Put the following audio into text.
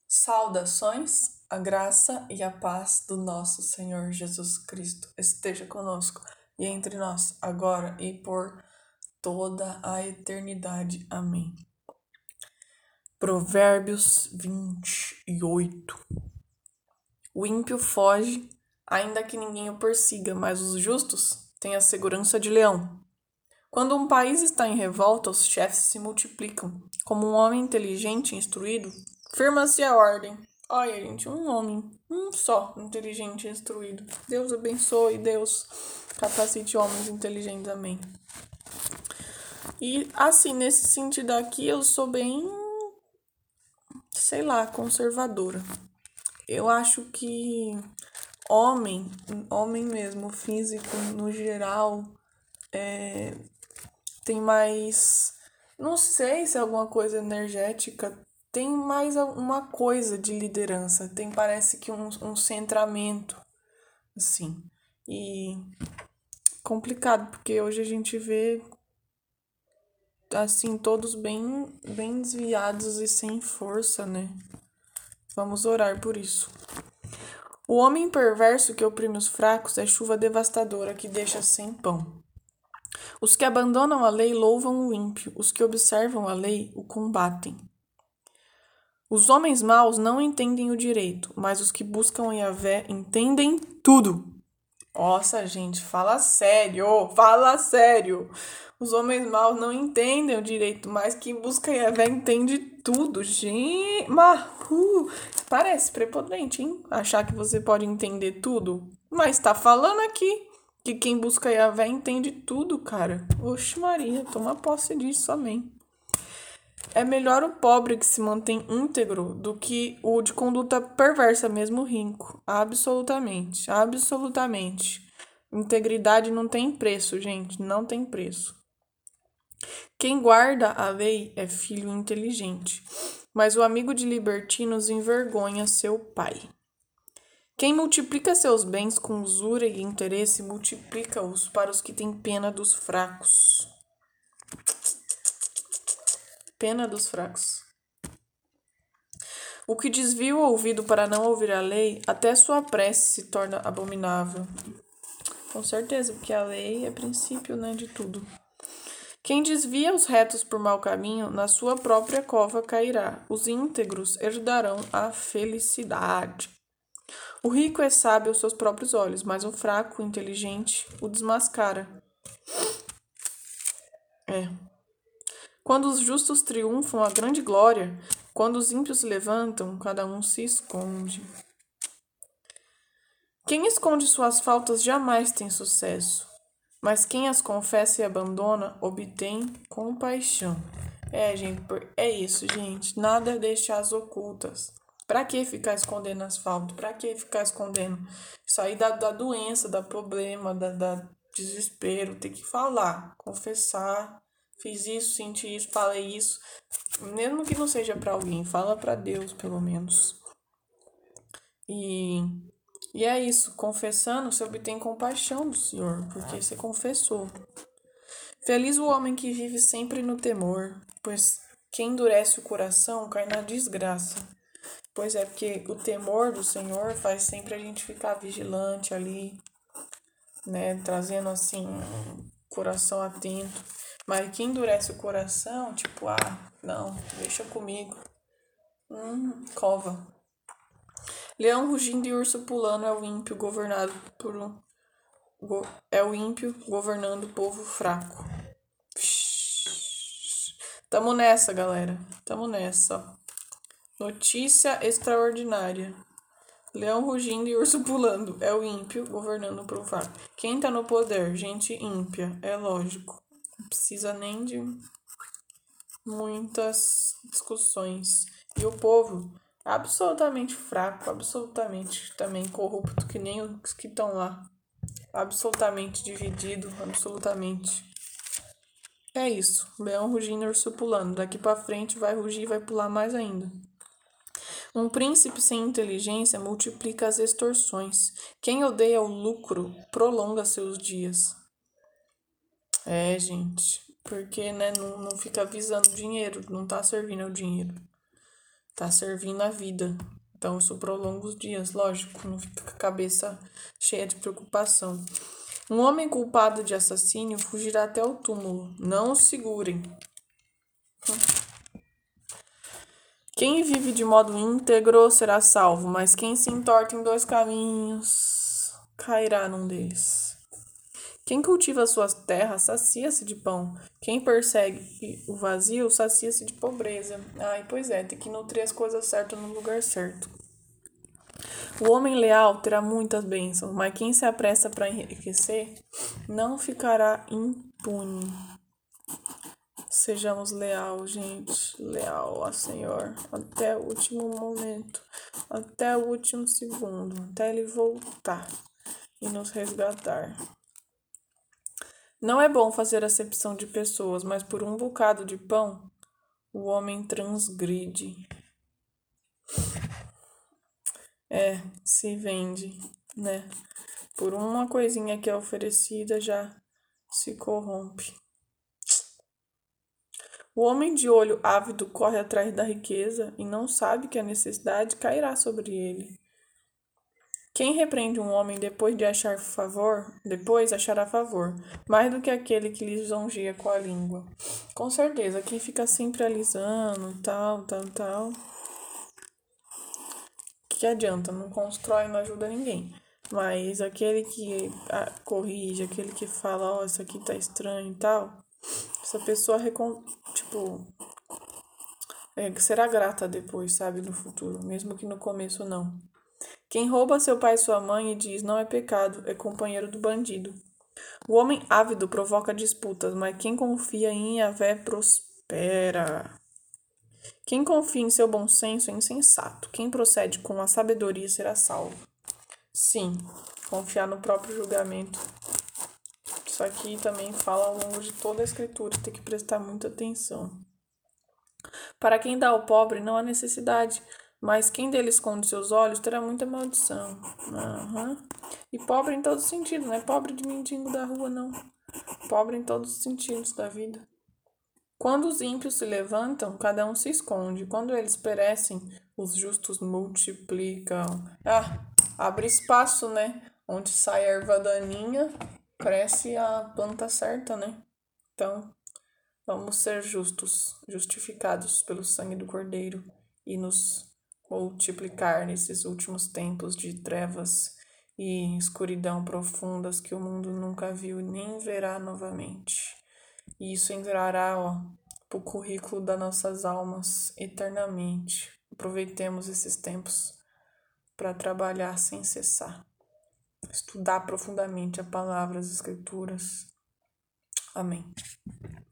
Saudações, a graça e a paz do nosso Senhor Jesus Cristo esteja conosco e entre nós, agora e por toda a eternidade. Amém. Provérbios 28. O ímpio foge, ainda que ninguém o persiga, mas os justos têm a segurança de leão. Quando um país está em revolta, os chefes se multiplicam. Como um homem inteligente e instruído, firma-se a ordem. Olha, gente, um homem, um só, inteligente e instruído. Deus abençoe, Deus capacite homens inteligentes, amém. E, assim, nesse sentido aqui, eu sou bem, sei lá, conservadora. Eu acho que homem mesmo, físico, no geral, tem mais, não sei se é alguma coisa energética, tem mais uma coisa de liderança, tem parece que um centramento, assim. E complicado, porque hoje a gente vê, assim, todos bem desviados e sem força, né? Vamos orar por isso. O homem perverso que oprime os fracos é chuva devastadora que deixa sem pão. Os que abandonam a lei louvam o ímpio, os que observam a lei o combatem. Os homens maus não entendem o direito, mas os que buscam Yahvé entendem tudo. Nossa, gente, fala sério, fala sério. Os homens maus não entendem o direito, mas quem busca Yahvé entende tudo. Gente, parece prepotente, hein? Achar que você pode entender tudo. Mas tá falando aqui que quem busca Yahvé entende tudo, cara. Oxe Maria, toma posse disso, amém. É melhor o pobre que se mantém íntegro do que o de conduta perversa, mesmo rico. Absolutamente, absolutamente. Integridade não tem preço, gente, não tem preço. Quem guarda a lei é filho inteligente, mas o amigo de libertinos envergonha seu pai. Quem multiplica seus bens com usura e interesse, multiplica-os para os que têm pena dos fracos. Pena dos fracos. O que desvia o ouvido para não ouvir a lei, até sua prece se torna abominável. Com certeza, porque a lei é princípio, né, de tudo. Quem desvia os retos por mau caminho, na sua própria cova cairá. Os íntegros herdarão a felicidade. O rico é sábio aos seus próprios olhos, mas o fraco, inteligente, o desmascara. Quando os justos triunfam, a grande glória. Quando os ímpios se levantam, cada um se esconde. Quem esconde suas faltas jamais tem sucesso, mas quem as confessa e abandona obtém compaixão. Gente, é isso, gente. Nada deixar ocultas. Pra que ficar escondendo as faltas? Pra que ficar escondendo? Isso aí dá doença, dá problema, dá desespero. Tem que falar, confessar. Fiz isso, senti isso, falei isso. Mesmo que não seja pra alguém, fala pra Deus, pelo menos. E é isso, confessando, você obtém compaixão do Senhor, porque você confessou. Feliz o homem que vive sempre no temor, pois quem endurece o coração cai na desgraça. Pois é, porque o temor do Senhor faz sempre a gente ficar vigilante ali, né? Trazendo assim, um coração atento. Mas quem endurece o coração, tipo, não, deixa comigo. Cova. Leão rugindo e urso pulando é o ímpio governado por é o ímpio governando o povo fraco. Tamo nessa, galera. Tamo nessa. Notícia extraordinária. Leão rugindo e urso pulando. É o ímpio governando o povo fraco. Quem tá no poder? Gente ímpia. É lógico. Não precisa nem de muitas discussões. E o povo absolutamente fraco, absolutamente também corrupto, que nem os que estão lá. Absolutamente dividido, absolutamente. É isso. Leão rugindo e urso pulando. Daqui pra frente vai rugir e vai pular mais ainda. Um príncipe sem inteligência multiplica as extorsões. Quem odeia o lucro prolonga seus dias. Gente. Porque, né, não fica visando dinheiro. Não tá servindo ao dinheiro. Tá servindo a vida. Então isso prolonga os dias, lógico, não fica com a cabeça cheia de preocupação. Um homem culpado de assassínio fugirá até o túmulo. Não o segurem. Quem vive de modo íntegro será salvo, mas quem se entorta em dois caminhos cairá num deles. Quem cultiva suas terras sacia-se de pão. Quem persegue o vazio sacia-se de pobreza. Ai, pois é, tem que nutrir as coisas certas no lugar certo. O homem leal terá muitas bênçãos, mas quem se apressa para enriquecer não ficará impune. Sejamos leal, gente, leal ao Senhor, até o último momento, até o último segundo, até Ele voltar e nos resgatar. Não é bom fazer acepção de pessoas, mas por um bocado de pão, o homem transgride. Se vende, né? Por uma coisinha que é oferecida já se corrompe. O homem de olho ávido corre atrás da riqueza e não sabe que a necessidade cairá sobre ele. Quem repreende um homem depois achará favor, mais do que aquele que lisonjeia com a língua. Com certeza, quem fica sempre alisando, tal. Que adianta? Não constrói, não ajuda ninguém. Mas aquele que corrige, aquele que fala, ó, isso aqui tá estranho e tal, essa pessoa, será grata depois, sabe, no futuro, mesmo que no começo não. Quem rouba seu pai e sua mãe e diz não é pecado, é companheiro do bandido. O homem ávido provoca disputas, mas quem confia em Yahvé prospera. Quem confia em seu bom senso é insensato. Quem procede com a sabedoria será salvo. Sim, confiar no próprio julgamento. Isso aqui também fala ao longo de toda a escritura, tem que prestar muita atenção. Para quem dá ao pobre não há necessidade, mas quem dele esconde seus olhos terá muita maldição. E pobre em todos os sentidos, não é pobre de mendigo da rua, não. Pobre em todos os sentidos da vida. Quando os ímpios se levantam, cada um se esconde. Quando eles perecem, os justos multiplicam. Abre espaço, né? Onde sai a erva daninha, cresce a planta certa, né? Então, vamos ser justos, justificados pelo sangue do Cordeiro e nos multiplicar nesses últimos tempos de trevas e escuridão profundas que o mundo nunca viu e nem verá novamente. E isso entrará, pro currículo das nossas almas eternamente. Aproveitemos esses tempos para trabalhar sem cessar. Estudar profundamente a palavra, as escrituras. Amém.